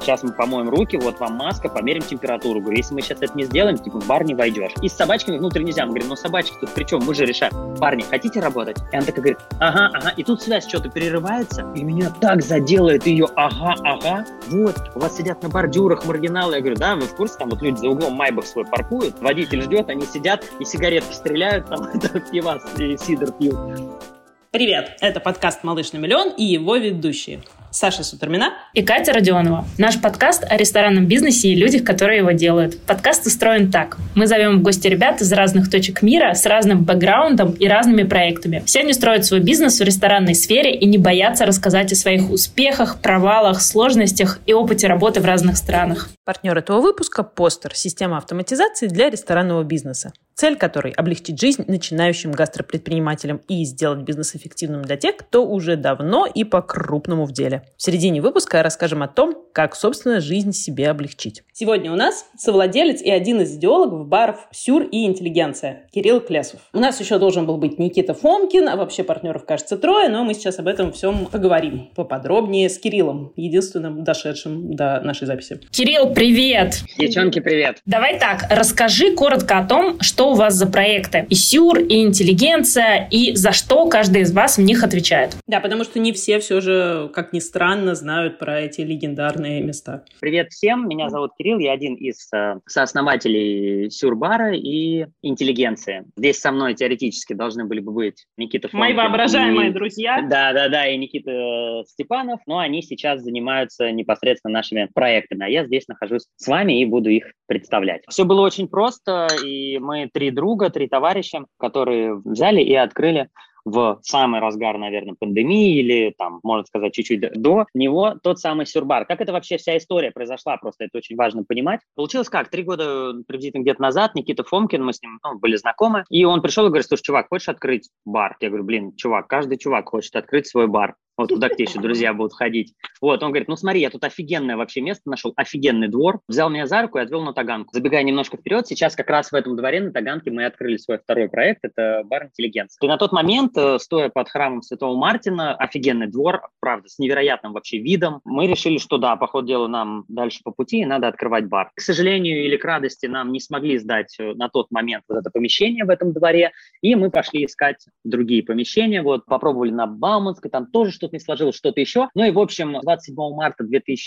сейчас мы помоем руки, вот вам маска, померим температуру. Говорю, если мы сейчас это не сделаем, типа, в бар не войдешь. И с собачками внутрь нельзя. Мы говорим, ну собачки тут при чем? Мы же решаем. Парни, хотите работать? И она такая говорит, ага. И тут связь что-то перерывается, и меня так заделает ее, ага. Вот, у вас сидят на бордюрах маргиналы. Я говорю, да, вы в курсе, там вот люди за углом Майбах свой паркуют, водитель ждет, они сидят и сигаретки стреляют, там пивас и сидр пьют. Привет, это подкаст «Малыш на миллион» и его ведущие Саша Сутормина и Катя Родионова. Наш подкаст о ресторанном бизнесе и людях, которые его делают. Подкаст устроен так. Мы зовем в гости ребят из разных точек мира, с разным бэкграундом и разными проектами. Все они строят свой бизнес в ресторанной сфере и не боятся рассказать о своих успехах, провалах, сложностях и опыте работы в разных странах. Партнер этого выпуска – Постер – система автоматизации для ресторанного бизнеса, цель которой – облегчить жизнь начинающим гастропредпринимателям и сделать бизнес эффективным для тех, кто уже давно и по-крупному в деле. В середине выпуска расскажем о том, как, собственно, жизнь себе облегчить. Сегодня у нас совладелец и один из идеологов баров «Сюр» и «Интеллигенция» Кирилл Клесов. У нас еще должен был быть Никита Фомкин, а вообще партнеров, кажется, 3, но мы сейчас об этом всем поговорим поподробнее с Кириллом, единственным дошедшим до нашей записи. Кирилл, привет! Девчонки, привет! Давай так, расскажи коротко о том, что у вас за проекты. И «Сюр», и «Интеллигенция», и за что каждый из вас в них отвечает. Да, потому что не все же, как ни странно, знают про эти легендарные места. Привет всем, меня зовут Кирилл, я один из сооснователей «Сюр-бара» и «Интеллигенции». Здесь со мной теоретически должны были бы быть Никита Фомкин. Мои воображаемые друзья. Да, и Никита Степанов, но они сейчас занимаются непосредственно нашими проектами, а я здесь нахожусь с вами и буду их представлять. Все было очень просто, и мы 3 друга, 3 товарища, которые взяли и открыли в самый разгар, наверное, пандемии или, там, можно сказать, чуть-чуть до него тот самый «Сюр-бар». Как это вообще вся история произошла, просто это очень важно понимать. Получилось как? 3 года приблизительно где-то назад Никита Фомкин, мы с ним были знакомы, и он пришел и говорит, слушай, чувак, хочешь открыть бар? Я говорю, чувак, каждый чувак хочет открыть свой бар. Вот туда к тебе еще друзья будут ходить. Вот, он говорит, смотри, я тут офигенное вообще место нашел, офигенный двор. Взял меня за руку и отвел на Таганку. Забегая немножко вперед, сейчас как раз в этом дворе на Таганке мы открыли свой 2-й проект, это бар «Интеллигенция». И на тот момент, стоя под храмом Святого Мартина, офигенный двор, правда, с невероятным вообще видом, мы решили, что да, по ходу дела нам дальше по пути, и надо открывать бар. К сожалению или к радости, нам не смогли сдать на тот момент вот это помещение в этом дворе, и мы пошли искать другие помещения. Вот, попробовали на Бауманской, там тоже что-то не сложилось, что-то еще. Ну и, в общем, 27 марта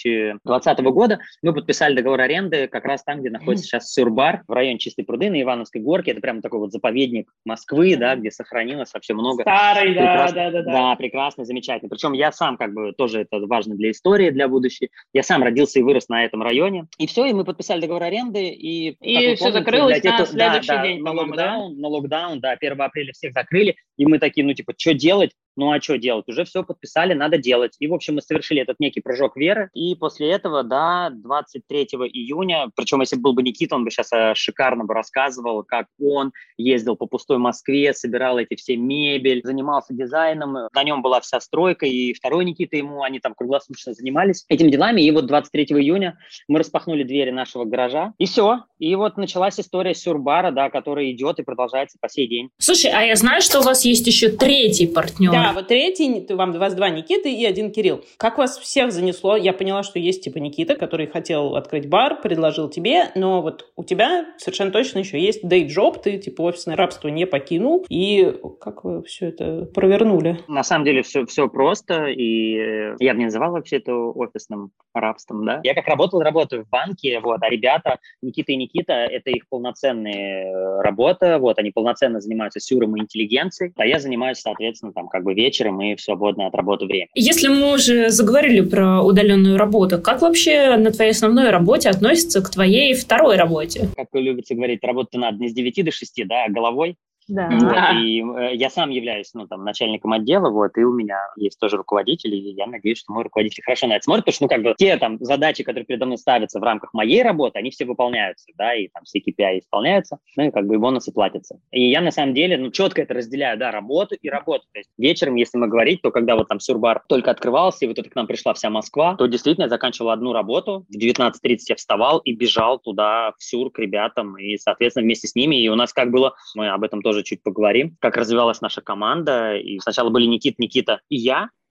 2020 года мы подписали договор аренды как раз там, где находится сейчас «Сюр-бар», в районе Чистой Пруды, на Ивановской горке. Это прямо такой вот заповедник Москвы, да, где сохранилось вообще много. Старый, да. Да, прекрасно, замечательно. Причем я сам, тоже это важно для истории, для будущей. Я сам родился и вырос на этом районе. И все, и мы подписали договор аренды. И все закрылось на следующий день, по-моему, на локдаун, да, 1 апреля всех закрыли. И мы такие, что делать? Ну, а что делать? Уже все подписали, надо делать. И, в общем, мы совершили этот некий прыжок веры. И после этого, 23 июня, причем, если был бы Никита, он бы сейчас шикарно бы рассказывал, как он ездил по пустой Москве, собирал эти все мебель, занимался дизайном. На нем была вся стройка, и 2-й Никита ему, они там круглосуточно занимались этими делами. И вот 23 июня мы распахнули двери нашего гаража. И все. И вот началась история «Сюр-бара», да, которая идет и продолжается по сей день. Слушай, а я знаю, что у вас есть еще 3-й партнер. Да, вот 3-й, вас 2 Никиты и 1 Кирилл. Как вас всех занесло? Я поняла, что есть Никита, который хотел открыть бар, предложил тебе, но вот у тебя совершенно точно еще есть day-job, ты офисное рабство не покинул. И как вы все это провернули? На самом деле все просто, и я бы не называл вообще это офисным рабством, да. Я как работаю в банке, а ребята, Никита и Никита, это их полноценная работа, они полноценно занимаются «Сюром» и «Интеллигенцией», а я занимаюсь, соответственно, вечером и в свободное от работы время. Если мы уже заговорили про удаленную работу, как вообще на твоей основной работе относится к твоей 2-й работе? Как любится говорить, работать надо не с 9 до 6, да, а головой. Да. И я сам являюсь, начальником отдела, и у меня есть тоже руководитель, и я надеюсь, что мой руководитель хорошо на это смотрит, потому что, те задачи, которые передо мной ставятся в рамках моей работы, они все выполняются, да, и все KPI исполняются, и бонусы платятся. И я, на самом деле, четко это разделяю, да, работу и работу. То есть вечером, если мы говорить, то когда «Сюр-бар» только открывался, и это к нам пришла вся Москва, то действительно я заканчивал одну работу, в 19:30 я вставал и бежал туда, в «Сюр» к ребятам, и, соответственно, вместе с ними, и у нас было, мы об этом тоже чуть поговорим, как развивалась наша команда. И сначала были Никита и я,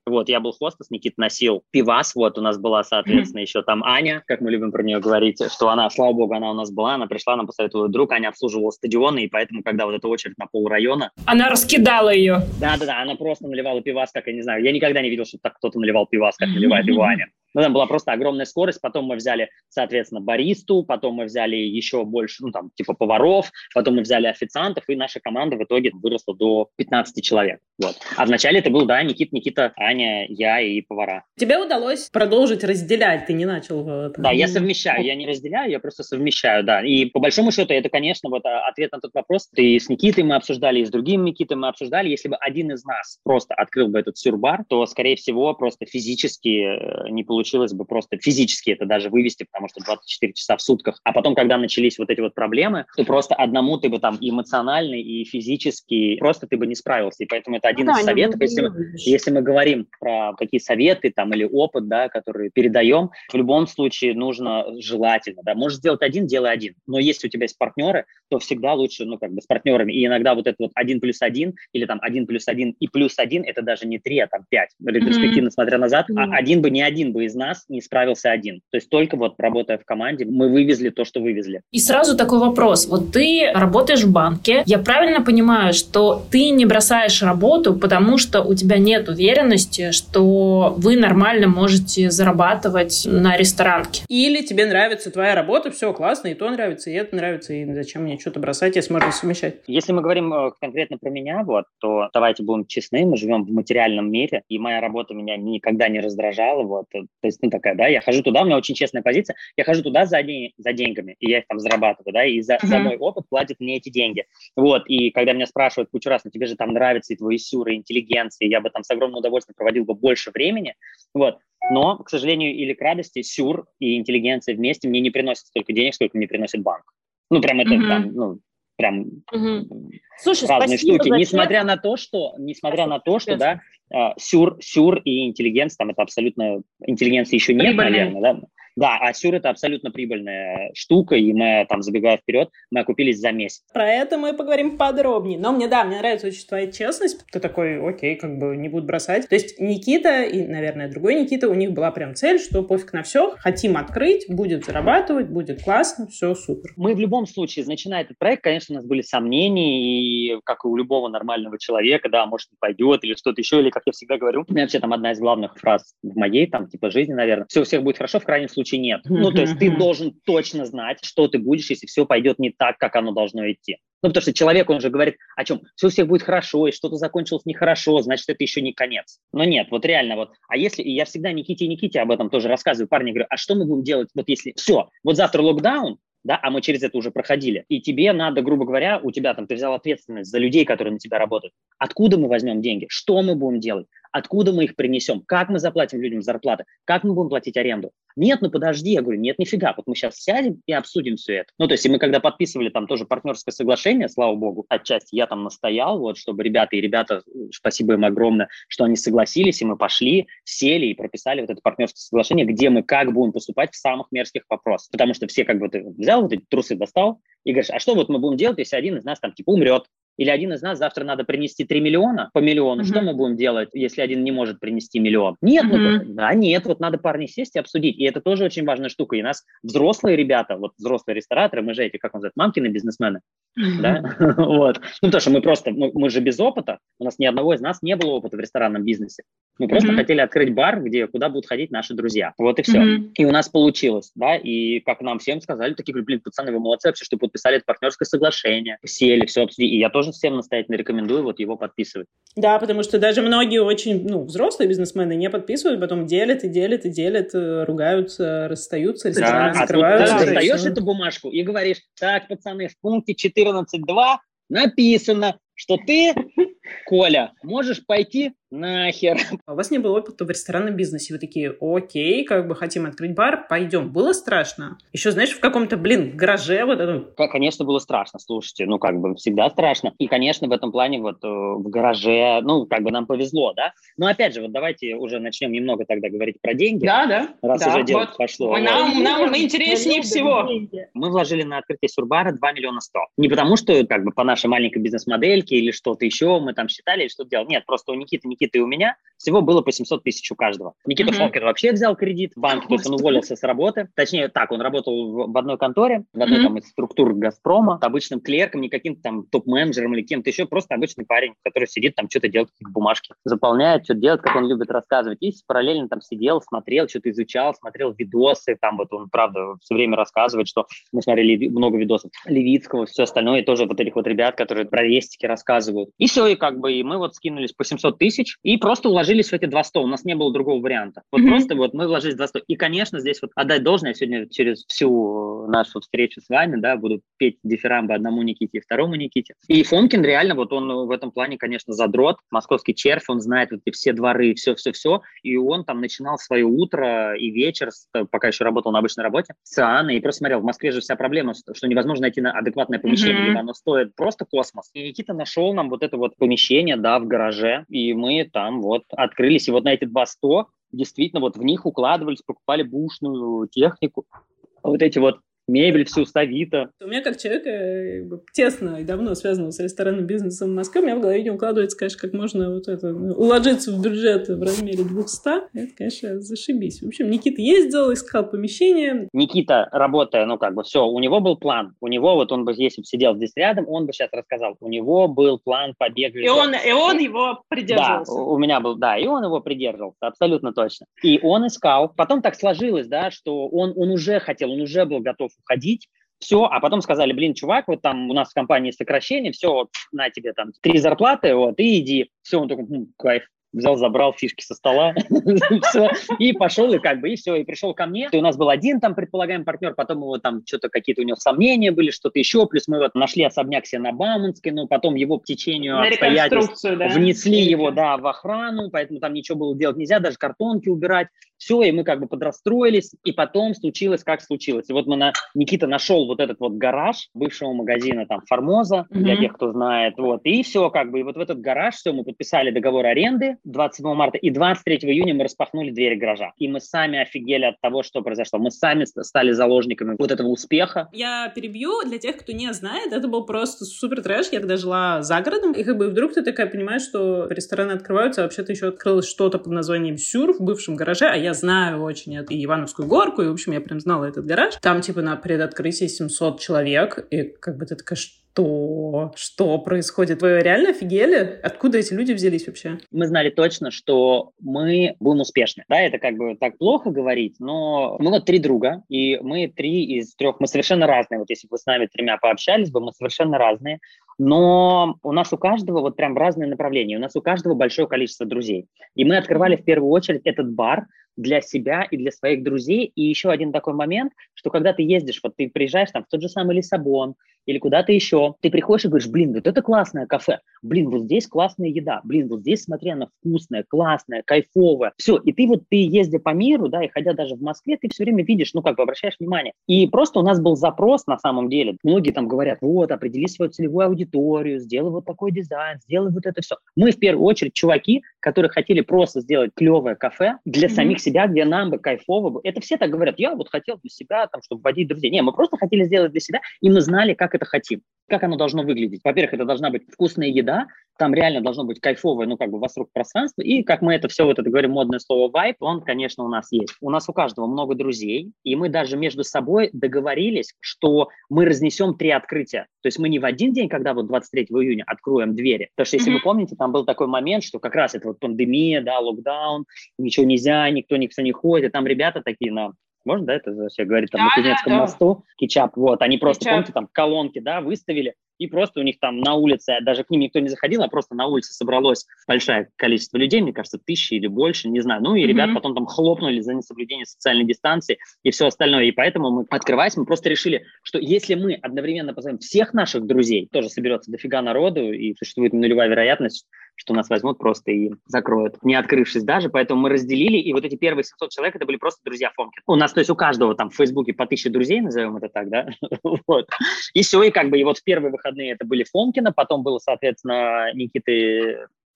Вот, я был хостес, Никита носил пивас, вот, у нас была, соответственно, еще там Аня, как мы любим про нее говорить, что она, слава богу, она у нас была, она пришла, нам посоветовала друг, Аня обслуживала стадионы, и поэтому, когда вот эта очередь на полрайона... Она раскидала ее. Да-да-да, она просто наливала пивас, как, я не знаю, я никогда не видел, что так кто-то наливал пивас, как наливает его Аня. Ну, там была просто огромная скорость, потом мы взяли, соответственно, баристу, потом мы взяли еще больше, ну, там, типа поваров, потом мы взяли официантов, и наша команда в итоге выросла до 15 человек, вот. А вначале это был, да, Никита, Аня, я и повара. Тебе удалось продолжить разделять, ты не начал... Да, я совмещаю, я не разделяю, я просто совмещаю, да. И по большому счету это, конечно, вот ответ на тот вопрос, и с Никитой мы обсуждали, и с другим Никитой мы обсуждали, если бы один из нас просто открыл бы этот сюрбар, то, скорее всего, просто физически не получилось бы просто физически это даже вывести, потому что 24 часа в сутках. А потом, когда начались вот эти вот проблемы, то просто одному ты бы там эмоционально и физически просто ты бы не справился. И поэтому это один из советов. Если мы говорим про какие советы там или опыт, да, который передаем, в любом случае нужно желательно, да, можешь сделать один, делай один. Но если у тебя есть партнеры, то всегда лучше, ну, как бы с партнерами. И иногда вот это вот 1+1 или там 1+1 и +1, это даже не 3, а там 5. Ретроспективно смотря назад, а один бы из нас не справился один. То есть только вот работая в команде, мы вывезли то, что вывезли. И сразу такой вопрос. Вот ты работаешь в банке. Я правильно понимаю, что ты не бросаешь работу, потому что у тебя нет уверенности, что вы нормально можете зарабатывать на ресторанке? Или тебе нравится твоя работа, все классно, и то нравится, и это нравится, и зачем мне что-то бросать, если можно совмещать? Если мы говорим конкретно про меня, вот, то давайте будем честны, мы живем в материальном мире, и моя работа меня никогда не раздражала, вот. То есть, ну, такая, да, я хожу туда, у меня очень честная позиция, я хожу туда за деньгами, и я их там зарабатываю, да, и за мой опыт платят мне эти деньги. Вот, и когда меня спрашивают кучу раз, ну, тебе же там нравится и твой сюр, и интеллигенция, я бы там с огромным удовольствием проводил бы больше времени, вот, но, к сожалению, или к радости, сюр и интеллигенция вместе мне не приносят столько денег, сколько мне приносит банк. Ну, прям это там, ну, прям Слушай, разные штуки. Несмотря на то, что, да, сюр и интеллигенция, там это абсолютно, интеллигенции еще нет, наверное, да. Да, а сюр это абсолютно прибыльная штука, и мы, там, забегая вперед, мы окупились за месяц. Про это мы поговорим подробнее. Но мне нравится очень твоя честность. Ты такой, окей, как бы не буду бросать. То есть Никита и, наверное, другой Никита, у них была прям цель, что пофиг на все, хотим открыть, будет зарабатывать, будет классно, все супер. Мы в любом случае, начиная этот проект, конечно, у нас были сомнения, и как и у любого нормального человека, да, может, не пойдет, или что-то еще, или, как я всегда говорю, у меня вообще там одна из главных фраз в моей, там, типа, жизни, наверное, все у всех будет хорошо, в крайнем случае нет. Ну, то есть ты должен точно знать, что ты будешь, если все пойдет не так, как оно должно идти. Ну, потому что человек, он же говорит о чем? Все у всех будет хорошо, и что-то закончилось нехорошо, значит, это еще не конец. Но нет, вот реально вот. А если, и я всегда Никите об этом тоже рассказываю, парни, говорю, а что мы будем делать, вот если все, вот завтра локдаун, да, а мы через это уже проходили, и тебе надо, грубо говоря, у тебя там, ты взял ответственность за людей, которые на тебя работают. Откуда мы возьмем деньги? Что мы будем делать? Откуда мы их принесем? Как мы заплатим людям зарплаты? Как мы будем платить аренду? Нет, ну подожди, я говорю, нет, нифига, вот мы сейчас сядем и обсудим все это. Ну, то есть, и мы когда подписывали там тоже партнерское соглашение, слава богу, отчасти я там настоял, вот, чтобы ребята, спасибо им огромное, что они согласились, и мы пошли, сели и прописали вот это партнерское соглашение, где мы как будем поступать в самых мерзких вопросах. Потому что все как бы ты взял вот эти трусы, достал и говоришь, а что вот мы будем делать, если один из нас там типа умрет? Или один из нас завтра надо принести 3 миллиона по миллиону. Что мы будем делать, если один не может принести миллион? Нет, нет, вот надо, парни, сесть и обсудить. И это тоже очень важная штука. И нас взрослые ребята, вот взрослые рестораторы, мы же эти, как он называет, мамкины бизнесмены, да, вот. Ну, потому что мы просто, мы же без опыта, у нас ни одного из нас не было опыта в ресторанном бизнесе. Мы просто хотели открыть бар, куда будут ходить наши друзья. Вот и все. И у нас получилось, да, и как нам всем сказали, такие, блин, пацаны, вы молодцы вообще, что подписали это партнерское соглашение, сели, все обсудили. И я тоже всем настоятельно рекомендую вот его подписывать. Да, потому что даже многие очень, взрослые бизнесмены не подписывают, потом делят, ругаются, расстаются, рестораны закрываются. Да, достаешь эту бумажку и говоришь, так, пацаны, в пункте 14.2 написано, что ты, Коля, можешь пойти нахер. У вас не было опыта в ресторанном бизнесе. Вы такие, окей, как бы хотим открыть бар, пойдем. Было страшно? Еще, знаешь, в каком-то, гараже вот это... Конечно, было страшно, слушайте. Всегда страшно. И, конечно, в этом плане вот в гараже, нам повезло, да? Но, опять же, вот давайте уже начнем немного тогда говорить про деньги. Да. Раз уже дело пошло. Нам интереснее всего. Мы вложили на открытие Сурбара 2 миллиона 100. Не потому, что по нашей маленькой бизнес-модельке или что-то еще мы там считали, или что-то делали. Нет, просто у Никиты Никиты и у меня всего было по 700 тысяч у каждого. Никита Фомкин вообще взял кредит в банке, то есть он уволился с работы. Точнее, так, он работал в одной конторе, в одной там из структур «Газпрома», обычным клерком, не каким-то там топ-менеджером или кем-то еще, просто обычный парень, который сидит там, что-то делает, какие-то бумажки, заполняет, что-то делает, как он любит рассказывать. И параллельно там сидел, смотрел, что-то изучал, смотрел видосы, там вот он, правда, все время рассказывает, что мы смотрели много видосов Левицкого, все остальное, и тоже вот этих вот ребят, которые про рестики рассказывают. И все, и как бы, и мы вот скинулись по 700 тысяч, и просто уложились в эти 200, у нас не было другого варианта. Вот просто вот мы вложились в 200. И, конечно, здесь вот отдать должное, я сегодня через всю нашу встречу с вами, да, буду петь дифирамбы одному Никите и второму Никите. И Фомкин реально, вот он в этом плане, конечно, задрот, московский червь, он знает вот эти все дворы, все-все-все, и он там начинал свое утро и вечер, пока еще работал на обычной работе, с Анной, и просто смотрел, в Москве же вся проблема, что невозможно найти адекватное помещение, либо оно стоит просто космос. И Никита нашел нам вот это вот помещение, да, в гараже, и мы там вот открылись, и вот на эти 200 действительно вот в них укладывались, покупали бушную технику, вот эти вот мебель всю с Авито. У меня как человека тесно и давно связанного с ресторанным бизнесом в Москве, у меня в голове не укладывается, конечно, как можно вот это уложиться в бюджет в размере 200. Это, конечно, зашибись. В общем, Никита ездил, искал помещение. Никита, работая, ну как бы все, у него был план. У него вот он бы, если бы сидел здесь рядом, он бы сейчас рассказал. У него был план побега. И он его придерживался. Да, у меня был, да, и он его придерживался, абсолютно точно. И он искал. Потом так сложилось, да, что он уже хотел, он уже был готов уходить, все, а потом сказали, блин, чувак, вот там у нас в компании сокращение, все, вот, на тебе там 3 зарплаты, вот, и иди. Все, он такой, кайф. Взял, забрал фишки со стола, все, и пошел, и как бы, и все, и пришел ко мне. И у нас был один там предполагаемый партнер, потом его там что-то какие-то у него сомнения были, что-то еще, плюс мы вот нашли особняк себе на Бауманской, но потом его по течению обстоятельств внесли его, да, в охрану, поэтому там ничего было делать нельзя, даже картонки убирать. Все, и мы как бы подрастроились, и потом случилось, как случилось. И вот Никита нашел вот этот вот гараж бывшего магазина там Формоза, для тех, кто знает, вот, и все, как бы, и вот в этот гараж, все, мы подписали договор аренды 27 марта, и 23 июня мы распахнули двери гаража. И мы сами офигели от того, что произошло. Мы сами стали заложниками вот этого успеха. Я перебью, для тех, кто не знает, это был просто супер трэш. Я тогда жила за городом, и как бы вдруг ты такая понимаешь, что рестораны открываются, а вообще-то еще открылось что-то под названием «Сюр» в бывшем гараже, а я знаю очень и Ивановскую горку, и, в общем, я прям знала этот гараж. Там, типа, на предоткрытии 700 человек, и как бы ты такая, что происходит? Вы реально офигели? Откуда эти люди взялись вообще? Мы знали точно, что мы будем успешны. Да, это как бы так плохо говорить, но мы вот 3 друга, и мы 3 из 3, мы совершенно разные. Вот если бы вы с нами 3 пообщались бы, мы совершенно разные. Но у нас у каждого вот прям разные направления, у нас у каждого большое количество друзей. И мы открывали в первую очередь этот бар для себя и для своих друзей. И еще один такой момент, что когда ты ездишь, вот ты приезжаешь там в тот же самый Лиссабон или куда-то еще, ты приходишь и говоришь, блин, вот это классное кафе, блин, вот здесь классная еда, блин, вот здесь, смотри, она вкусная, классная, кайфовая. Все, и ты ездя по миру, да, и ходя даже в Москве, ты все время видишь, ну, как бы обращаешь внимание. И просто у нас был запрос на самом деле. Многие там говорят, вот, определи свою целевую аудиторию, сделай вот такой дизайн, сделай вот это все. Мы в первую очередь чуваки, которые хотели просто сделать клевое кафе для самих себя, где нам бы кайфово было. Это все так говорят, я вот хотел для себя, там, чтобы водить друзей. Не, мы просто хотели сделать для себя, и мы знали, как это хотим, как оно должно выглядеть. Во-первых, это должна быть вкусная еда, там реально должно быть кайфовое, ну, как бы вокруг пространства, и как мы это все, вот это говорим, модное слово вайб, он, конечно, у нас есть. У нас у каждого много друзей, и мы даже между собой договорились, что мы разнесем 3 открытия. То есть мы не в один день, когда вот 23 июня откроем двери. Потому что, если вы помните, там был такой момент, что как раз это вот пандемия, да, локдаун, ничего нельзя, никто не ходит, там ребята такие можно, да, это вообще говорить, там, на Кузнецком мосту, кетчап, вот, они просто, помните, там, колонки, да, выставили, и просто у них там на улице, даже к ним никто не заходил, а просто на улице собралось большое количество людей, мне кажется, 1000 или больше, не знаю, ну, и ребят потом там хлопнули за несоблюдение социальной дистанции и все остальное, и поэтому мы, открываясь, мы просто решили, что если мы одновременно позовем всех наших друзей, тоже соберется дофига народу, и существует нулевая вероятность, что нас возьмут просто и закроют, не открывшись даже, поэтому мы разделили, и вот эти первые 700 человек, это были просто друзья Фомкина. У нас, то есть у каждого там в Фейсбуке по 1000 друзей, назовем это так, да, вот. И все, и как бы, и вот в первые выходные это были Фомкина, потом было, соответственно, Никиты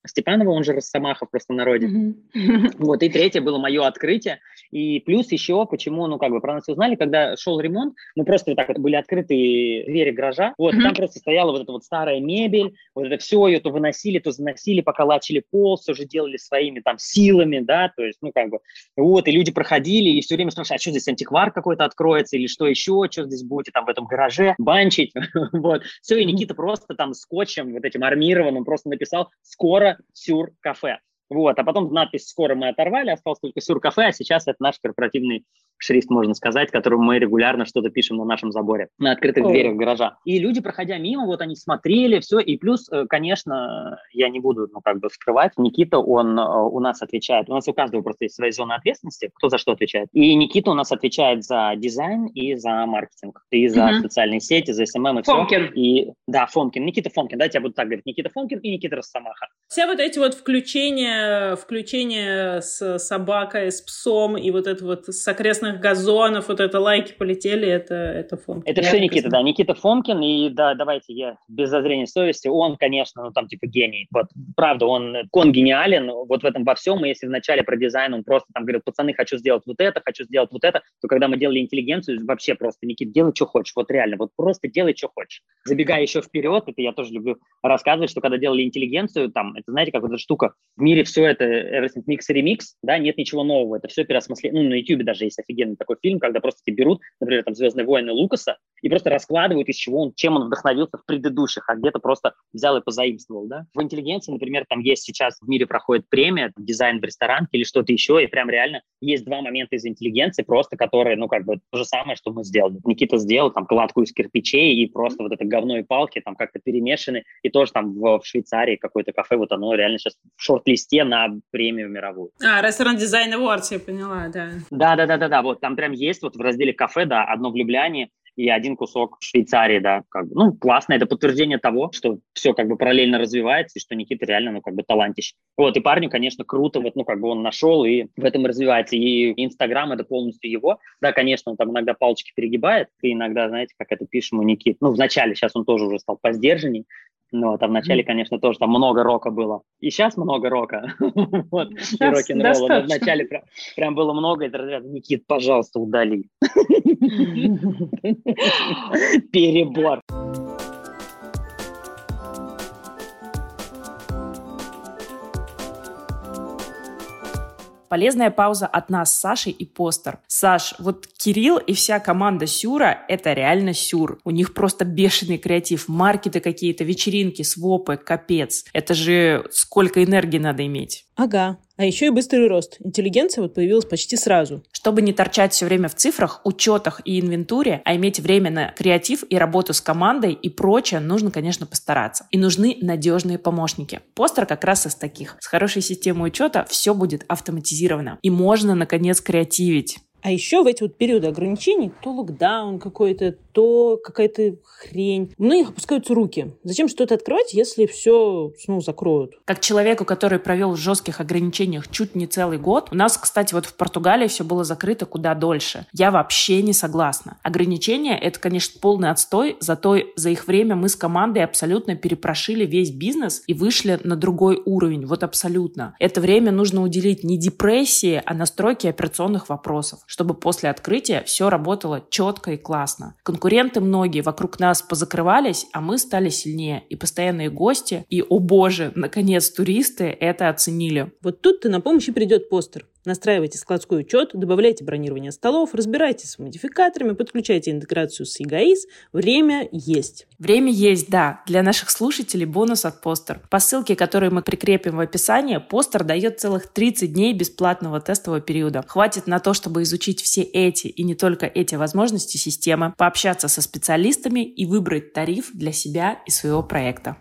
Степанова, он же Росомаха в простонародье. Вот, и третье было мое открытие. И плюс еще, почему, про нас узнали, когда шел ремонт, мы просто вот так вот были открыты двери гаража, вот, там просто стояла вот эта вот старая мебель, вот это все, ее то выносили, то заносили, пока лачили пол, все же делали своими там силами, да, то есть, вот, и люди проходили, и все время спрашивали, а что здесь, антиквар какой-то откроется, или что еще, что здесь будете там в этом гараже банчить, вот, все, и Никита просто там скотчем вот этим армированным просто написал «Скоро Сюр-кафе». Вот, а потом надпись «Скоро» мы оторвали, осталось только «Сюр-кафе», а сейчас это наш корпоративный шрифт, можно сказать, которым мы регулярно что-то пишем на нашем заборе, на открытых дверях гаража. И люди, проходя мимо, вот они смотрели, все, и плюс, конечно, я не буду, скрывать, Никита, он у нас отвечает, у нас у каждого просто есть свои зоны ответственности, кто за что отвечает. И Никита у нас отвечает за дизайн и за маркетинг, и за социальные сети, за СММ и Фомкин. все. И, да, Фомкин, Никита Фомкин, да, я буду так говорить, Никита Фомкин и Никита Росомаха. Все вот эти вот включения с собакой, с псом и вот это вот с окрестных газонов, вот это лайки полетели, это Фомкин. Это все Никита, да, Никита Фомкин, и да, давайте я без зазрения совести, он, конечно, гений, вот, правда, он гениален вот в этом во всем, и если вначале про дизайн он просто там говорил, пацаны, хочу сделать вот это, то когда мы делали интеллигенцию, вообще просто, Никита, делай, что хочешь, вот реально, вот просто делай, что хочешь. Забегая еще вперед, это я тоже люблю рассказывать, что когда делали интеллигенцию, там, это знаете, как вот эта штука, в мире все это everything mix и remix, да, нет ничего нового, это все переосмысление, на YouTube даже есть офигенный такой фильм, когда просто тебе берут, например, там «Звездные войны» Лукаса и просто раскладывают, из чего чем он вдохновился в предыдущих, а где-то просто взял и позаимствовал, да. В интеллигенции, например, там есть сейчас в мире проходит премия, дизайн в ресторанке или что-то еще, и прям реально есть два момента из интеллигенции просто, которые, то же самое, что мы сделали. Никита сделал там кладку из кирпичей и просто вот это говно и палки там как-то перемешаны, и тоже там в Швейцарии какое-то кафе, вот оно реально сейчас в шорт-листе на премию мировую. Ресторан Design Awards, я поняла, да. Да, вот там прям есть вот в разделе кафе, да, одно в Любляне и один кусок в Швейцарии, да, классно, это подтверждение того, что все параллельно развивается, и что Никита реально, талантищ. Вот, и парню, конечно, круто, он нашел и в этом развивается, и Инстаграм это полностью его, да, конечно, он там иногда палочки перегибает, и иногда, знаете, как это пишем у Никиты, вначале, сейчас он тоже уже стал посдержанней, но там вначале, конечно, тоже там много рока было. И сейчас много рока. Вот, и рок-н-ролла. Но вначале прям было много, и это разряд, Никит, пожалуйста, удали. Перебор. Полезная пауза от нас с Сашей и Постер. Саш, вот Кирилл и вся команда Сюра — это реально сюр. У них просто бешеный креатив, маркеты какие-то, вечеринки, свопы, капец. Это же сколько энергии надо иметь. Ага. А еще и быстрый рост. Интеллигенция появилась почти сразу. Чтобы не торчать все время в цифрах, учетах и инвентуре, а иметь время на креатив и работу с командой и прочее, нужно, конечно, постараться. И нужны надежные помощники. Постер как раз из таких. С хорошей системой учета все будет автоматизировано. И можно, наконец, креативить. А еще в эти периоды ограничений то локдаун какой-то, то какая-то хрень. У многих опускаются руки. Зачем что-то открывать, если все снова закроют? Как человеку, который провел в жестких ограничениях чуть не целый год, у нас, кстати, в Португалии все было закрыто куда дольше. Я вообще не согласна. Ограничения — это, конечно, полный отстой, зато за их время мы с командой абсолютно перепрошили весь бизнес и вышли на другой уровень. Вот абсолютно. Это время нужно уделить не депрессии, а настройке операционных вопросов, чтобы после открытия все работало четко и классно. Конкуренты многие вокруг нас позакрывались, а мы стали сильнее. И постоянные гости, и, о боже, наконец, туристы это оценили. Вот тут-то на помощь и придет Постер. Настраивайте складской учет, добавляйте бронирование столов, разбирайтесь с модификаторами, подключайте интеграцию с ЕГАИС. Время есть. Время есть, да. Для наших слушателей бонус от Постер. По ссылке, которую мы прикрепим в описании, Постер дает целых 30 дней бесплатного тестового периода. Хватит на то, чтобы изучить все эти и не только эти возможности системы, пообщаться со специалистами и выбрать тариф для себя и своего проекта.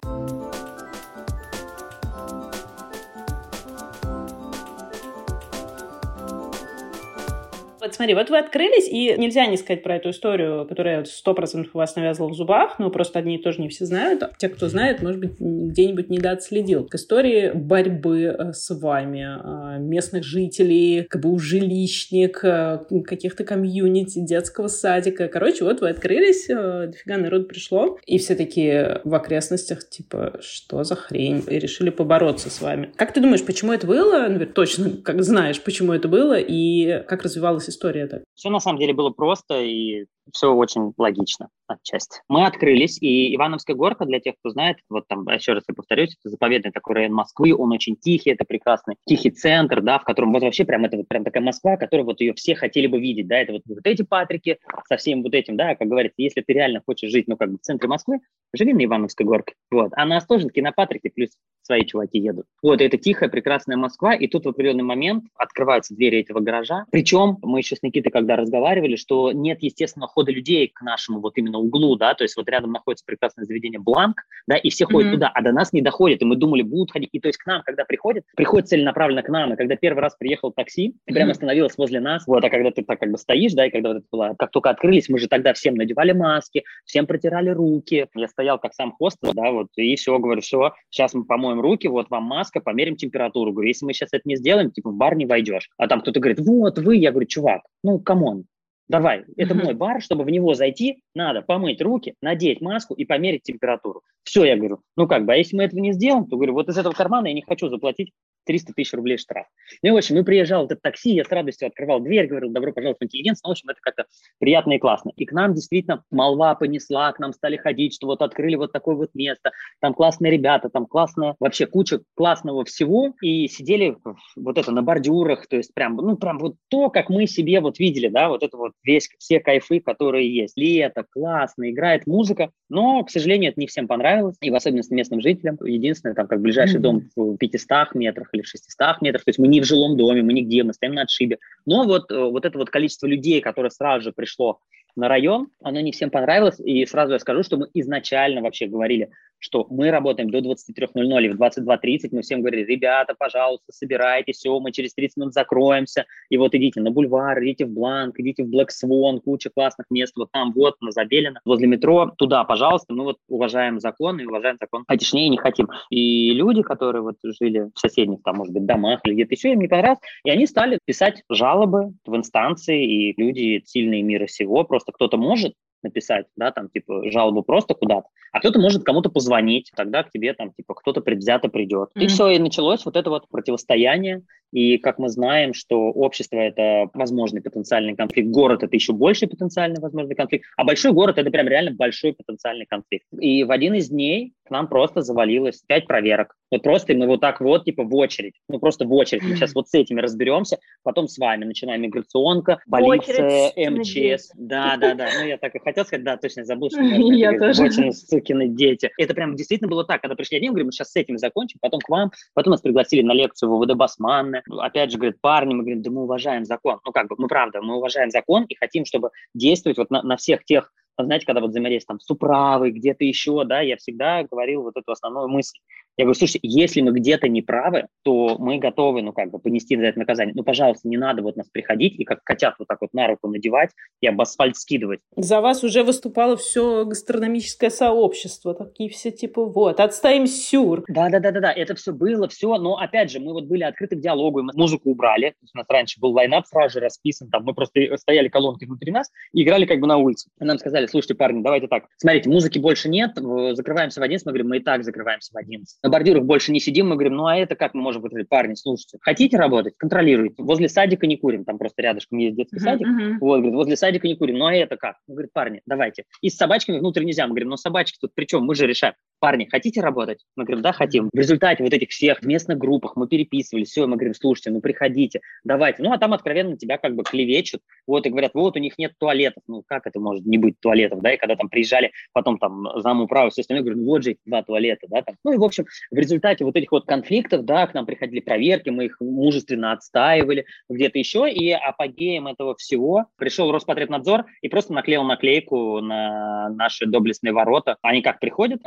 Вот смотри, вот вы открылись, и нельзя не сказать про эту историю, которая 100% у вас навязла в зубах, но просто одни тоже не все знают. Те, кто знает, может быть, где-нибудь недоотследил. К истории борьбы с вами, местных жителей, жилищник, каких-то комьюнити, детского садика. Короче, вот вы открылись, дофига народ пришло, и все такие в окрестностях, типа, что за хрень? И решили побороться с вами. Как ты думаешь, почему это было? Наверное, точно, как знаешь, почему это было, и как развивалась история так? Все на самом деле было просто, и все очень логично отчасти. Мы открылись, и Ивановская горка, для тех, кто знает, вот там, еще раз я повторюсь, это заповедный такой район Москвы, он очень тихий, это прекрасный тихий центр, да, в котором вот вообще прям это вот прям такая Москва, которую вот ее все хотели бы видеть, да, это вот эти Патрики со всем вот этим, да, как говорится, если ты реально хочешь жить, ну, как бы в центре Москвы, живи на Ивановской горке, вот, а на Остоженке на Патрике плюс свои чуваки едут. Вот, это тихая, прекрасная Москва, и тут в определенный момент открываются двери этого гаража, причем мы еще с Никитой когда разговаривали, что нет естественного хода людей к нашему вот именно углу, да, то есть вот рядом находится прекрасное заведение «Бланк», да, и все ходят туда, а до нас не доходит, и мы думали, будут ходить, и то есть к нам, когда приходит целенаправленно к нам, и когда первый раз приехал такси, и прямо остановилось возле нас, вот, а когда ты так как бы стоишь, да, и когда вот это было, как только открылись, мы же тогда всем надевали маски, всем протирали руки, я стоял как сам хостел, да, вот, и все, говорю, все, сейчас мы помоем руки, вот вам маска, померим температуру, говорю, если мы сейчас это не сделаем, типа, в бар не войдешь, а там кто-то говорит, вот вы, я говорю, чувак, ну, камон, давай, это мой бар, чтобы в него зайти, надо помыть руки, надеть маску и померить температуру. Все, я говорю, ну как бы, а если мы этого не сделаем, то, говорю, вот из этого кармана я не хочу заплатить 300 тысяч рублей штраф. Ну и, в общем, мы приезжал этот такси, я с радостью открывал дверь, говорил, добро пожаловать в интеллигенцию, ну, в общем, это как-то приятно и классно. И к нам действительно молва понесла, к нам стали ходить, что вот открыли вот такое вот место, там классные ребята, там классная, вообще куча классного всего, и сидели вот это на бордюрах, то есть прям, ну, прям вот то, как мы себе вот видели, да, вот это вот весь, все кайфы, которые есть. Лето, классно, играет музыка, но, к сожалению, это не всем понравилось, и в особенности местным жителям. Единственное, там, как ближайший дом в 500 метрах или в 600 метрах, то есть мы не в жилом доме, мы нигде, мы стоим на отшибе. Но вот это вот количество людей, которое сразу же пришло на район, оно не всем понравилось, и сразу я скажу, что мы изначально вообще говорили, что мы работаем до 23:00, и в 22:30 мы всем говорили, ребята, пожалуйста, собирайтесь, все, мы через 30 минут закроемся, и вот идите на бульвар, идите в Бланк, идите в Black Swan, куча классных мест, вот там вот, на Забелино, возле метро, туда, пожалуйста, мы вот уважаем закон и уважаем закон, а тишнее не хотим. И люди, которые вот жили в соседних, там, может быть, домах или где-то еще, им не понравилось, и они стали писать жалобы в инстанции, и люди сильные мира сего, просто кто-то может написать, да, там, типа, жалобу просто куда-то, а кто-то может кому-то позвонить, тогда к тебе, там, типа, кто-то предвзято придет. И все, и началось вот это вот противостояние, и как мы знаем, что общество – это возможный потенциальный конфликт, город – это еще больший потенциальный возможный конфликт, а большой город – это прям реально большой потенциальный конфликт. И в один из дней к нам просто завалилось 5 проверок. Вот просто мы вот так вот, типа, в очередь, ну, просто в очередь, мы сейчас вот с этими разберемся, потом с вами начинаем миграционка, полиция, МЧС. Да, ну, я так и хотел сказать, да, точно забыл, что я тоже. Очень сукины дети. Это прям действительно было так, когда пришли одни, говорим, мы сейчас с этим закончим, потом к вам, потом нас пригласили на лекцию в УВД Басманное. Опять же, говорят, парни, мы говорим, да мы уважаем закон. Ну, как бы, мы правда, мы уважаем закон и хотим, чтобы действовать вот на всех тех, знаете, когда вот взаимодействие там с управой, где-то еще, да, я всегда говорил вот эту основную мысль. Я говорю, слушайте, если мы где-то не правы, то мы готовы, ну, как бы, понести за это наказание. Ну, пожалуйста, не надо вот нас приходить и как котят вот так вот на руку надевать и об асфальт скидывать. За вас уже выступало все гастрономическое сообщество, такие все типа, вот, отставим сюр. Да, это все было, все, но, опять же, мы вот были открыты к диалогу, мы музыку убрали, то есть у нас раньше был лайнап сразу же расписан, там мы просто стояли колонки внутри нас и играли как бы на улице. И нам сказали, слушайте, парни, давайте так, смотрите, музыки больше нет, закрываемся в 11, мы говорим, мы и так закрываемся в 11. На бордюрах больше не сидим, мы говорим, ну а это как мы можем говорить, парни, слушайте, хотите работать, контролируйте, возле садика не курим, там просто рядышком есть детский садик, вот, говорит, возле садика не курим, ну а это как? Он говорит, парни, давайте. И с собачками внутрь нельзя, мы говорим, ну собачки тут при чем, мы же решаем. Парни, хотите работать? Мы говорим, да, хотим. В результате вот этих всех в местных группах мы переписывались, все, мы говорим, слушайте, ну приходите, давайте. Ну а там откровенно тебя как бы клевечут, вот, и говорят, вот у них нет туалетов, ну как это может не быть туалетов, да, и когда там приезжали, потом там замуправы, все остальное, говорю, ну вот же 2 туалета, да, там. Ну и в общем, в результате вот этих вот конфликтов, да, к нам приходили проверки, мы их мужественно отстаивали, где-то еще, и апогеем этого всего пришел Роспотребнадзор и просто наклеил наклейку на наши доблестные ворота. Они как приходят, описывают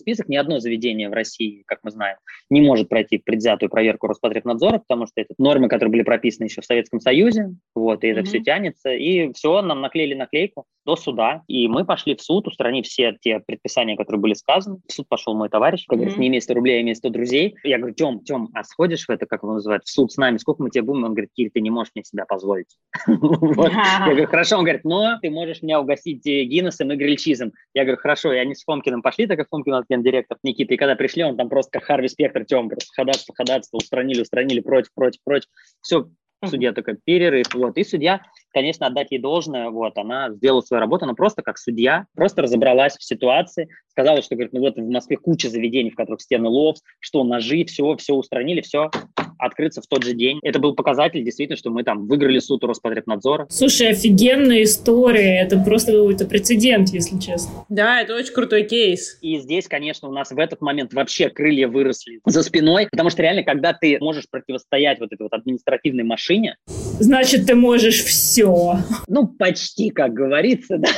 список. Ни одно заведение в России, как мы знаем, не может пройти предвзятую проверку Роспотребнадзора, потому что это нормы, которые были прописаны еще в Советском Союзе, вот, и это все тянется. И все, нам наклеили наклейку до суда, и мы пошли в суд, устранив все те предписания, которые были сказаны. В суд пошел мой товарищ, как говорит, не имей 100 рублей, а имей 100 друзей. Я говорю, Тем, а сходишь в это, как его называют, в суд с нами, сколько мы тебе будем? Он говорит, Кирь, ты не можешь мне себя позволить. Я говорю, хорошо. Он говорит, но ты можешь меня угостить Гиннесом и грильчизом. Я говорю, хорошо. И они с Фомкиным пошли, так как Фомкин у нас гендиректор Никита. И когда пришли, он там просто как Харви Спектр, Тем, просто ходатайство, устранили, против. Все, судья такой перерыв. Вот. И судья, конечно, отдать ей должное, вот, она сделала свою работу, она просто как судья, просто разобралась в ситуации, сказала, что, говорит, ну вот в Москве куча заведений, в которых стены ловс, что ножи, все устранили, все открыться в тот же день. Это был показатель, действительно, что мы там выиграли суд у Роспотребнадзора. Слушай, офигенная история. Это просто какой-то прецедент, если честно. Да, это очень крутой кейс. И здесь, конечно, у нас в этот момент вообще крылья выросли за спиной, потому что реально, когда ты можешь противостоять вот этой вот административной машине... Значит, ты можешь все. Ну, почти, как говорится, да.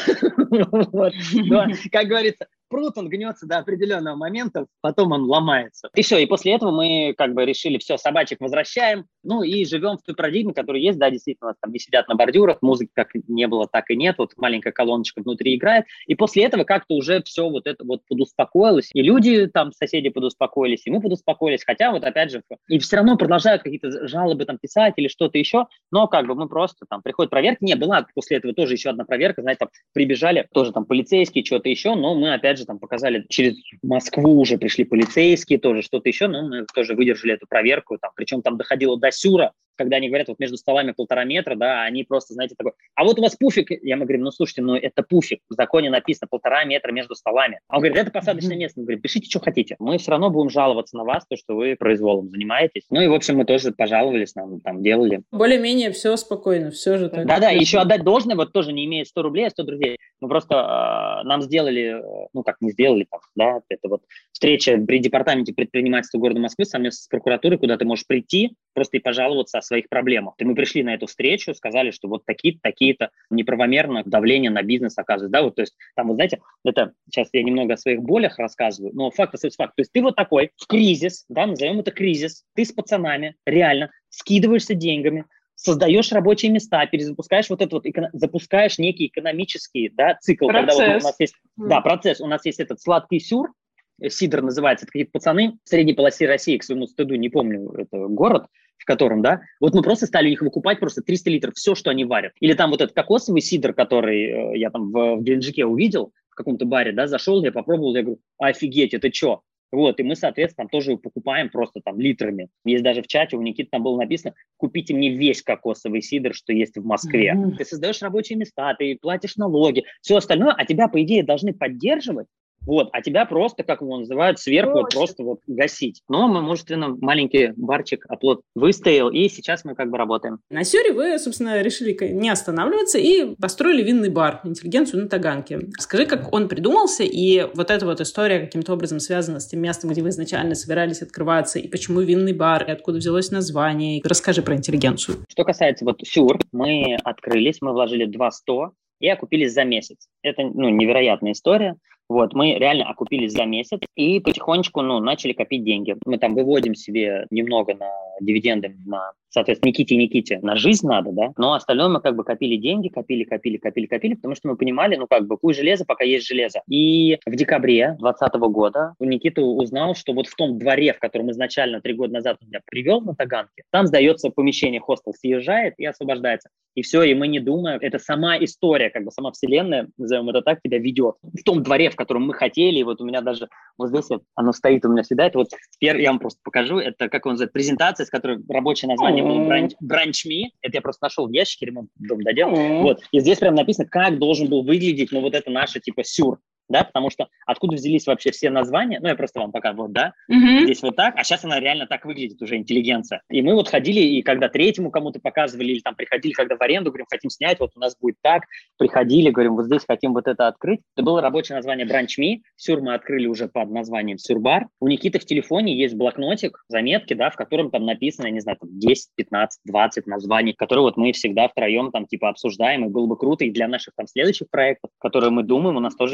Как говорится, прут, он гнется до определенного момента, потом он ломается. И все, и после этого мы как бы решили, все, собачек возвращаем, ну и живем в той парадигме, которая есть, да, действительно, у нас там не сидят на бордюрах, музыки как не было, так и нет, вот маленькая колоночка внутри играет, и после этого как-то уже все вот это вот подуспокоилось, и люди там, соседи подуспокоились, и мы подуспокоились, хотя вот опять же, и все равно продолжают какие-то жалобы там писать или что-то еще, но как бы мы просто там, приходят проверки, не, была после этого тоже еще одна проверка, знаете, там прибежали тоже там полицейские, что-то еще, но мы опять же там показали, через Москву уже пришли полицейские, тоже что-то еще, но мы тоже выдержали эту проверку, там, причем там доходило до сюра, когда они говорят, вот между столами 1,5 метра, да, они просто, знаете, такой, а вот у вас пуфик, я ему говорю, ну, слушайте, ну, это пуфик, в законе написано 1,5 метра между столами. А он говорит, это посадочное место. Он говорит, пишите, что хотите. Мы все равно будем жаловаться на вас, то, что вы произволом занимаетесь. Ну, и, в общем, мы тоже пожаловались, нам там делали. Более-менее все спокойно, все же так. Да-да, еще отдать должное, вот тоже не имеет 100 рублей, а 100 друзей. Мы просто нам сделали, ну, как не сделали, там, да, это вот встреча при департаменте предпринимательства города Москвы совместно с прокуратурой, куда ты можешь прийти просто и пожаловаться о своих проблемах. И мы пришли на эту встречу, сказали, что вот такие-то неправомерно давление на бизнес оказывается, да, вот, то есть там, вы знаете, это сейчас я немного о своих болях рассказываю, но факт остается факт. То есть ты вот такой в кризис, да, назовем это кризис, ты с пацанами реально скидываешься деньгами, создаешь рабочие места, перезапускаешь вот это вот, запускаешь некий экономический, да, цикл. Процесс. Когда вот у нас есть, да, процесс. У нас есть этот сладкий сюр, сидр называется, это какие-то пацаны в средней полосе России, к своему стыду, не помню, это город, в котором, да, вот мы просто стали их выкупать, просто 300 литров, все, что они варят. Или там вот этот кокосовый сидр, который я там в Геленджике увидел, в каком-то баре, да, зашел, я попробовал, я говорю, офигеть, это что? Вот, и мы, соответственно, тоже покупаем просто там литрами. Есть даже в чате, у Никиты там было написано, купите мне весь кокосовый сидр, что есть в Москве. Ты создаешь рабочие места, ты платишь налоги, все остальное, а тебя, по идее, должны поддерживать. Вот, а тебя просто, как его называют, сверху вот, просто вот гасить. Но мы мужественно маленький барчик оплот выстоял, и сейчас мы как бы работаем. На Сюре вы, собственно, решили не останавливаться и построили винный бар «Интеллигенцию» на Таганке. Скажи, как он придумался, и вот эта вот история каким-то образом связана с тем местом, где вы изначально собирались открываться, и почему винный бар, и откуда взялось название. Расскажи про «Интеллигенцию». Что касается вот Сюр, мы открылись, мы вложили 200 и окупились за месяц. Это, ну, невероятная история. Вот, мы реально окупились за месяц и потихонечку, ну, начали копить деньги. Мы там выводим себе немного на дивиденды, на, соответственно, Никите, на жизнь надо, да, но остальное мы как бы копили деньги, копили, потому что мы понимали, ну, как бы, куй железо, пока есть железо. И в декабре 2020 года Никита узнал, что вот в том дворе, в котором изначально 3 года назад он меня привел на Таганке, там сдается помещение, хостел съезжает и освобождается. И все, и мы не думаем, это сама история, как бы сама вселенная, назовем это так, тебя ведет. В том дворе, в котором мы хотели, и вот у меня даже вот здесь вот оно стоит у меня всегда, это вот теперь я вам просто покажу, это, как он называется, презентация, с которой рабочее название было Brunch Me, это я просто нашел в ящике, ремонт дом доделал, вот, и здесь прям написано, как должен был выглядеть, ну, вот это наше, типа, сюр, да, потому что откуда взялись вообще все названия, ну, я просто вам пока вот, да, здесь вот так, а сейчас она реально так выглядит уже, интеллигенция. И мы вот ходили, и когда третьему кому-то показывали, или там приходили, когда в аренду, говорим, хотим снять, вот у нас будет так, приходили, говорим, вот здесь хотим вот это открыть. Это было рабочее название Brunch Me, Сюр мы открыли уже под названием Сюрбар. У Никиты в телефоне есть блокнотик, заметки, да, в котором там написано, я не знаю, там 10, 15, 20 названий, которые вот мы всегда втроем там типа обсуждаем, и было бы круто и для наших там следующих проектов, которые мы думаем, у нас тоже есть там рабочее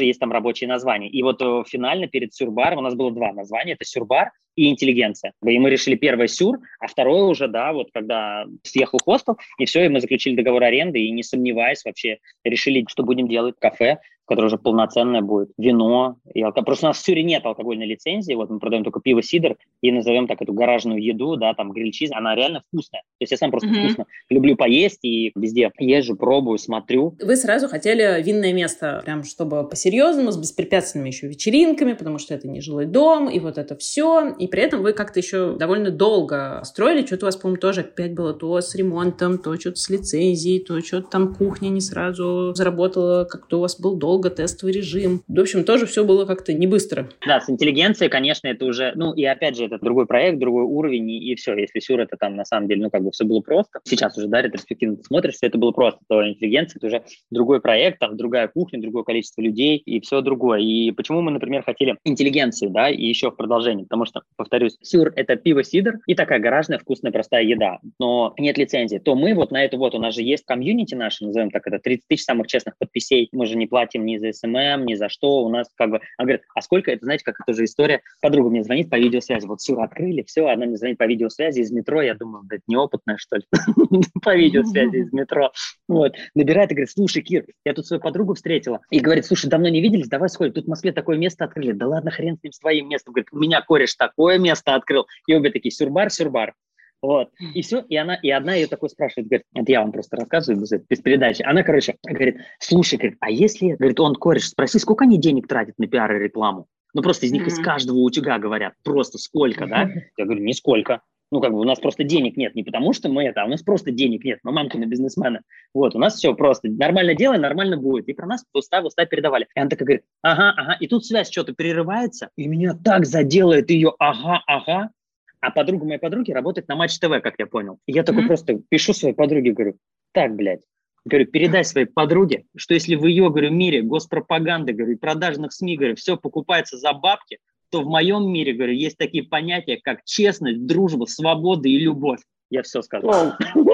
рабочие названия. И вот финально перед Сюрбар у нас было 2 названия. Это Сюрбар и интеллигенция. И мы решили первое Сюр, а второе уже, да, вот когда съехал хостел, и все, и мы заключили договор аренды, и не сомневаясь вообще решили, что будем делать кафе, которое уже полноценное будет, вино. Просто у нас в Сюре нет алкогольной лицензии, вот мы продаем только пиво, сидр, и назовем так эту гаражную еду, да, там гриль-чиз, она реально вкусная. То есть я сам просто вкусно люблю поесть и везде езжу, пробую, смотрю. Вы сразу хотели винное место, прям чтобы по-серьезному, с беспрепятственными еще вечеринками, потому что это не жилой дом, и вот это все. И при этом вы как-то еще довольно долго строили, что-то у вас, по-моему, тоже опять было то с ремонтом, то что-то с лицензией, то что-то там кухня не сразу заработала, как-то у вас был долго тестовый режим. В общем, тоже все было как-то не быстро. Да, с интеллигенцией, конечно, это уже, и опять же, это другой проект, другой уровень, и все. Если Сюр, это там, на самом деле, все было просто. Сейчас уже, да, ретроспективно ты смотришь, что это было просто, то интеллигенция, это уже другой проект, там, другая кухня, другое количество людей, и все другое. И почему мы, например, хотели интеллигенцию, да, и еще в продолжении, потому что, повторюсь, Сюр – это пиво, сидр и такая гаражная, вкусная, простая еда, но нет лицензии. То мы вот на это у нас же есть комьюнити наше, назовем так, это 30 тысяч самых честных подписей, мы же не платим ни за СММ, ни за что, у нас она говорит, а сколько, это, знаете, как это же история, подруга мне звонит по видеосвязи, вот Сюр открыли, все, она мне звонит по видеосвязи из метро, я думаю, да, это неопытная, что ли, по видеосвязи из метро, вот, набирает и говорит, слушай, Кир, я тут свою подругу встретила, и говорит, слушай, давно не виделись, давай сходим, тут в Москве такое место открыли, да ладно, хрен с ним, с твоим местом, говорит, у меня кореш такое место открыл, и обе такие, Сюрбар, вот, и все, и одна ее такой спрашивает, говорит, это я вам просто рассказываю без передачи, она, говорит, слушай, говорит, а если, говорит, он кореш, спроси, сколько они денег тратят на пиар и рекламу, просто из них из каждого утюга говорят, просто сколько, да, я говорю, нисколько. У нас просто денег нет, не потому что мы у нас просто денег нет, мы мамкины бизнесмены. Вот, у нас все просто, нормально делаем, нормально будет. И про нас в уста передавали. И она такая говорит, ага, и тут связь что-то прерывается, и меня так заделает ее ага. А подруга моей подруги работает на Матч ТВ, как я понял. И я такой просто пишу своей подруге, говорю, так, блядь, говорю, передай своей подруге, что если в ее, говорю, мире госпропаганды, говорю, продажных СМИ, говорю, все покупается за бабки, то в моем мире, говорю, есть такие понятия, как честность, дружба, свобода и любовь. Я все сказал.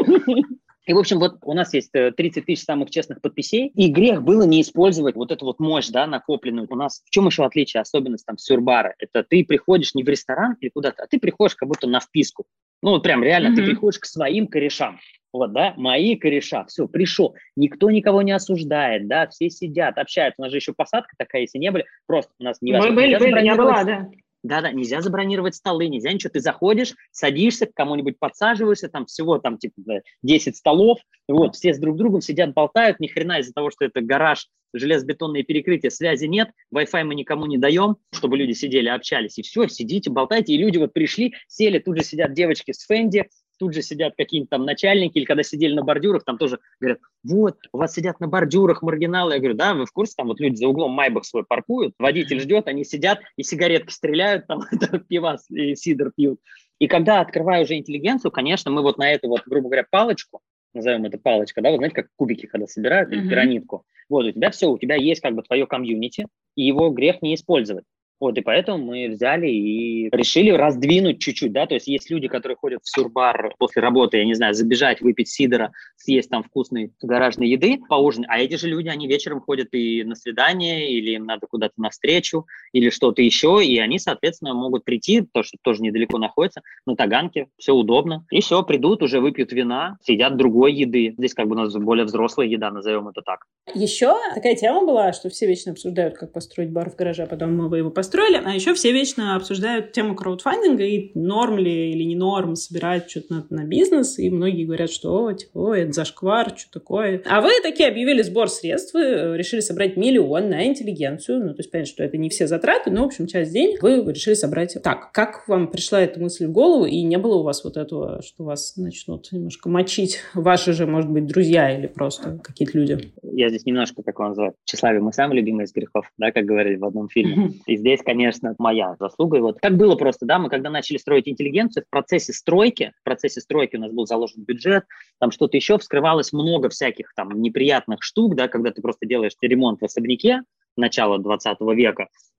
И, в общем, вот у нас есть 30 тысяч самых честных подписей, и грех было не использовать вот эту вот мощь, да, накопленную. У нас в чем еще отличие, особенность там Сюрбара? Это ты приходишь не в ресторан или куда-то, а ты приходишь как будто на вписку. Прям реально, ты приходишь к своим корешам. Вот, да, мои кореша, все, пришел, никто никого не осуждает, да, все сидят, общаются. У нас же еще посадка такая, если не были, просто у нас невозможно. Я была, да. Да, нельзя забронировать столы, нельзя ничего. Ты заходишь, садишься, к кому-нибудь подсаживаешься, там всего там типа 10 столов, вот, все с друг другом сидят, болтают, ни хрена из-за того, что это гараж, железобетонные перекрытия, связи нет, Wi-Fi мы никому не даем, чтобы люди сидели, общались, и все, сидите, болтайте, и люди вот пришли, сели, тут же сидят девочки с Фенди, тут же сидят какие-то там начальники, или когда сидели на бордюрах, там тоже говорят, вот, у вас сидят на бордюрах маргиналы. Я говорю, да, вы в курсе, там вот люди за углом Майбах свой паркуют, водитель ждет, они сидят и сигаретки стреляют, там пивас и сидр пьют. И когда открываю уже интеллигенцию, конечно, мы вот на эту вот, грубо говоря, палочку, назовем это палочка, да, вы знаете, как кубики, когда собирают, или пирамидку, вот, у тебя все, у тебя есть как бы твое комьюнити, и его грех не использовать. Вот, и поэтому мы взяли и решили раздвинуть чуть-чуть, да, то есть есть люди, которые ходят в Сюрбар после работы, я не знаю, забежать, выпить сидора, съесть там вкусной гаражной еды, поужинать, а эти же люди, они вечером ходят и на свидание, или им надо куда-то навстречу, или что-то еще, и они, соответственно, могут прийти, то, что тоже недалеко находится, на Таганке, все удобно, и все, придут, уже выпьют вина, съедят другой еды, здесь как бы у нас более взрослая еда, назовем это так. Еще такая тема была, что все вечно обсуждают, как построить бар в гараже, а потом мы его построили, а еще все вечно обсуждают тему краудфандинга и норм ли или не норм собирать что-то на бизнес, и многие говорят, что это зашквар, что такое. А вы такие объявили сбор средств, вы решили собрать 1 миллион на интеллигенцию, то есть понятно, что это не все затраты, но, в общем, часть денег вы решили собрать. Так, как вам пришла эта мысль в голову, и не было у вас вот этого, что вас начнут немножко мочить ваши же, может быть, друзья или просто какие-то люди? Я здесь немножко, как он называет, тщеславие, мы самые любимые из грехов, да, как говорили в одном фильме. И здесь, конечно, моя заслуга. И вот как было просто, да, мы когда начали строить интеллигенцию, в процессе стройки у нас был заложен бюджет, там что-то еще, вскрывалось много всяких там неприятных штук, да, когда ты просто делаешь ремонт в особняке начала 20 века,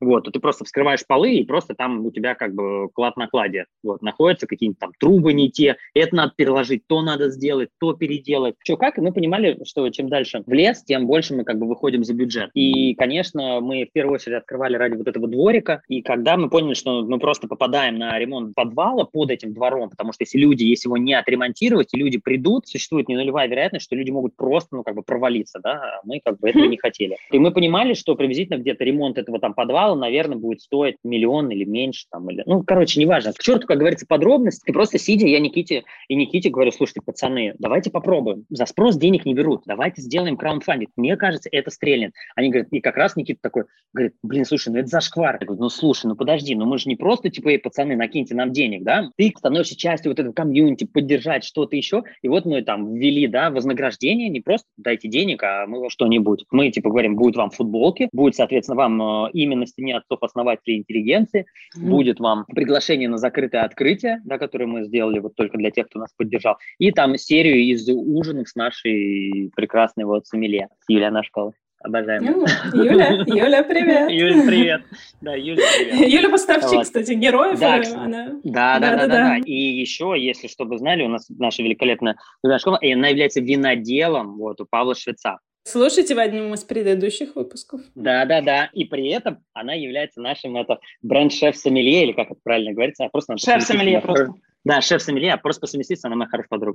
вот, то ты просто вскрываешь полы, и просто там у тебя как бы клад на кладе, вот, находятся какие-нибудь там трубы не те, это надо переложить, то надо сделать, то переделать. Что, как, и мы понимали, что чем дальше в лес, тем больше мы как бы выходим за бюджет. И, конечно, мы в первую очередь открывали ради вот этого дворика, и когда мы поняли, что мы просто попадаем на ремонт подвала под этим двором, потому что если его не отремонтировать, и люди придут, существует не нулевая вероятность, что люди могут просто, ну, как бы провалиться, да, а мы как бы этого не хотели. И мы понимали, что приблизительно где-то ремонт этого там подвала, наверное, будет стоить 1 миллион или меньше, там, или, ну, короче, неважно. К черту, как говорится, подробности. И просто сидя, я Никите говорю: слушайте, пацаны, давайте попробуем. За спрос денег не берут, давайте сделаем краундфандинг. Мне кажется, это стрельнет. Они говорят, и как раз Никита такой, говорит: блин, слушай, ну это зашквар. Я говорю: ну слушай, ну подожди, ну мы же не просто типа, пацаны, накиньте нам денег, да? Ты становишься частью вот этого комьюнити, поддержать что-то еще. И вот мы там ввели, да, вознаграждение, не просто дайте денег, а мы что-нибудь. Мы типа говорим: будет вам футболки, будет, соответственно, вам имя на стене отцов-основателей интеллигенции, будет вам приглашение на закрытое открытие, да, которое мы сделали вот только для тех, кто нас поддержал, и там серию из ужинов с нашей прекрасной вот сомелье. Юлия Нашкова. Обожаем. Юля, привет. Юля, привет. Да, Юля, привет. Юля поставщик, вот. Кстати, героев. Да, она... Да. И еще, если чтобы знали, у нас наша великолепная Юля Нашкова, и она является виноделом вот, у Павла Швеца. Слушайте в одном из предыдущих выпусков. Да. И при этом она является нашим бренд-шеф-сомелье, или как это правильно говорится, просто шеф-сомелье просто. Да, шеф-сомелье, а просто по совместительству она моя хорошая подруга.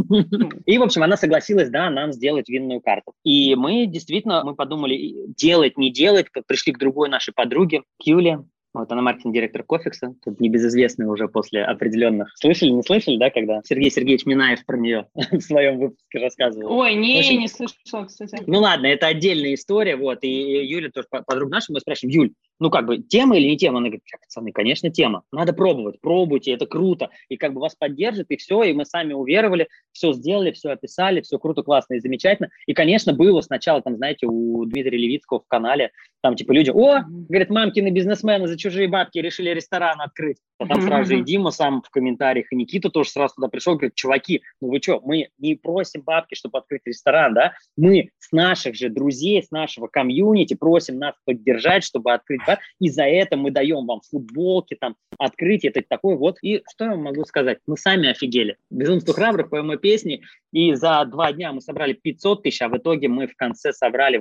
И, в общем, она согласилась, да, нам сделать винную карту. И мы действительно, мы подумали, делать, не делать, пришли к другой нашей подруге, к Юле. Вот она маркетинг-директор Кофекса, тут небезызвестный уже после определенных. Слышали, не слышали, да, когда Сергей Сергеевич Минаев про нее в своем выпуске рассказывал? Ой, не слышала, кстати. Ну ладно, это отдельная история, вот, и Юля тоже подруга наша, мы спрашиваем: Юль, ну как бы тема или не тема? Она говорит: пацаны, конечно, тема, надо пробовать, пробуйте, это круто, и как бы вас поддержит, и все, и мы сами уверовали, все сделали, все описали, все круто, классно и замечательно. И, конечно, было сначала, там, знаете, у Дмитрия Левицкого в канале, там типа люди: о, говорят, мамкины бизнесмены за чужие бабки решили ресторан открыть. А там сразу же и Дима сам в комментариях, и Никита тоже сразу туда пришел, говорит: чуваки, ну вы что, мы не просим бабки, чтобы открыть ресторан, да, мы с наших же друзей, с нашего комьюнити просим нас поддержать, чтобы открыть бар, и за это мы даем вам футболки, там, открытие, это такое вот. И что я вам могу сказать? Мы сами офигели. «Безумство храбрых», поем мы песни, и за 2 дня мы собрали 500 тысяч, а в итоге мы в конце собрали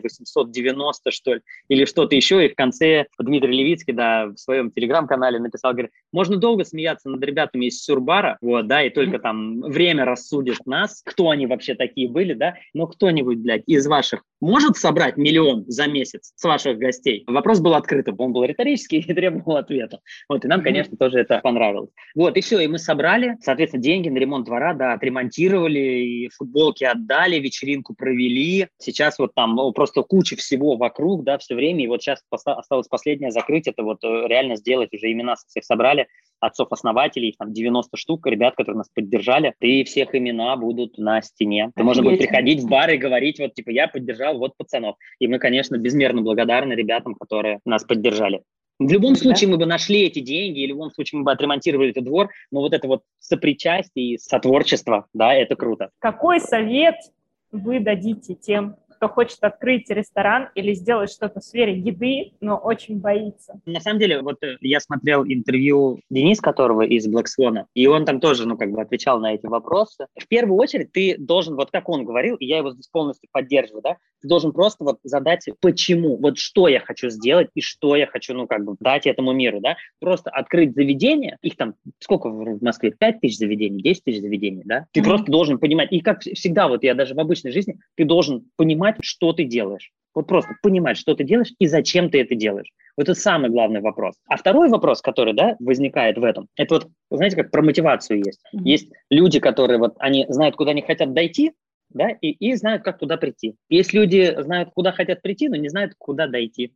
890, что ли, или что-то еще, и в конце Дмитрий Левицкий, да, в своем телеграм-канале написал, говорит: можно долго смеяться над ребятами из Сюрбара, вот, да, и только там время рассудит нас, кто они вообще такие были, да, но кто-нибудь, блядь, из ваших может собрать 1 миллион за месяц с ваших гостей? Вопрос был открытым, он был риторический и требовал ответа. Вот, и нам, конечно, тоже это понравилось. Вот, и все, и мы собрали, соответственно, деньги на ремонт двора, да, отремонтировали, и футболки отдали, вечеринку провели. Сейчас вот там просто куча всего вокруг, да, все время, и вот сейчас осталось последнее закрыть, это вот реально сделать, уже имена всех собрали, отцов-основателей, там 90 штук, ребят, которые нас поддержали, и всех имена будут на стене. Можно будет приходить в бар и говорить: вот, типа, я поддержал вот пацанов. И мы, конечно, безмерно благодарны ребятам, которые нас поддержали. В любом случае мы бы нашли эти деньги, и в любом случае мы бы отремонтировали этот двор, но вот это вот сопричастие и сотворчество, да, это круто. Какой совет вы дадите тем, кто хочет открыть ресторан или сделать что-то в сфере еды, но очень боится? На самом деле, вот я смотрел интервью Дениса, которого из Black Swan, и он там тоже, ну, как бы отвечал на эти вопросы. В первую очередь ты должен, вот как он говорил, и я его здесь полностью поддерживаю, да, ты должен просто вот задать, почему, вот что я хочу сделать и что я хочу, ну, как бы дать этому миру, да. Просто открыть заведение, их там, сколько в Москве, 5 тысяч заведений, 10 тысяч заведений, да. Ты просто должен понимать, и как всегда, вот я даже в обычной жизни, ты должен понимать, что ты делаешь. Вот просто понимать, что ты делаешь и зачем ты это делаешь. Вот это самый главный вопрос. А второй вопрос, который, да, возникает в этом, это вот, знаете, как про мотивацию есть. Есть люди, которые вот, они знают, куда они хотят дойти, да, и знают, как туда прийти. Есть люди, знают, куда хотят прийти, но не знают, куда дойти.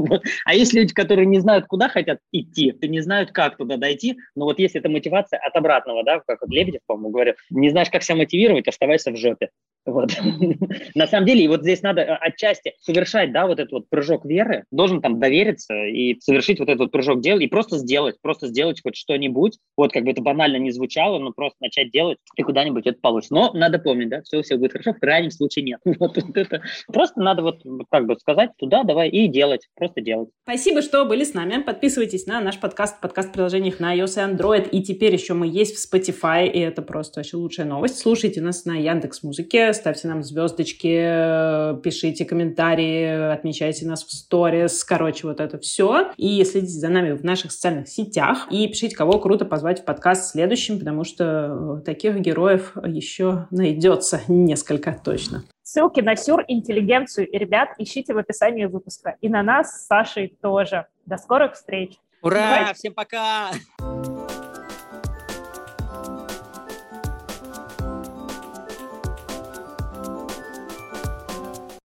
А есть люди, которые не знают, куда хотят идти, не знают, как туда дойти, но вот есть эта мотивация от обратного, да, как вот Лебедев, по-моему, говорил: не знаешь, как себя мотивировать, оставайся в жопе. Вот. На самом деле, и вот здесь надо отчасти совершать, да, вот этот вот прыжок веры, должен там довериться и совершить вот этот вот прыжок дела, и просто сделать хоть что-нибудь, вот как бы это банально не звучало, но просто начать делать, и куда-нибудь это получится. Но надо помнить, да, все будет хорошо, в крайнем случае нет. Вот это. Просто надо вот как бы сказать туда, давай, и делать, просто делать. Спасибо, что были с нами. Подписывайтесь на наш подкаст в приложениях на iOS и Android, и теперь еще мы есть в Spotify, и это просто вообще лучшая новость. Слушайте нас на Яндекс.Музыке, ставьте нам звездочки, пишите комментарии, отмечайте нас в сторис, короче, вот это все. И следите за нами в наших социальных сетях, и пишите, кого круто позвать в подкаст следующим, потому что таких героев еще найдется несколько точно. Ссылки на Сюр, интеллигенцию и ребят ищите в описании выпуска. И на нас с Сашей тоже. До скорых встреч! Ура! Всем пока!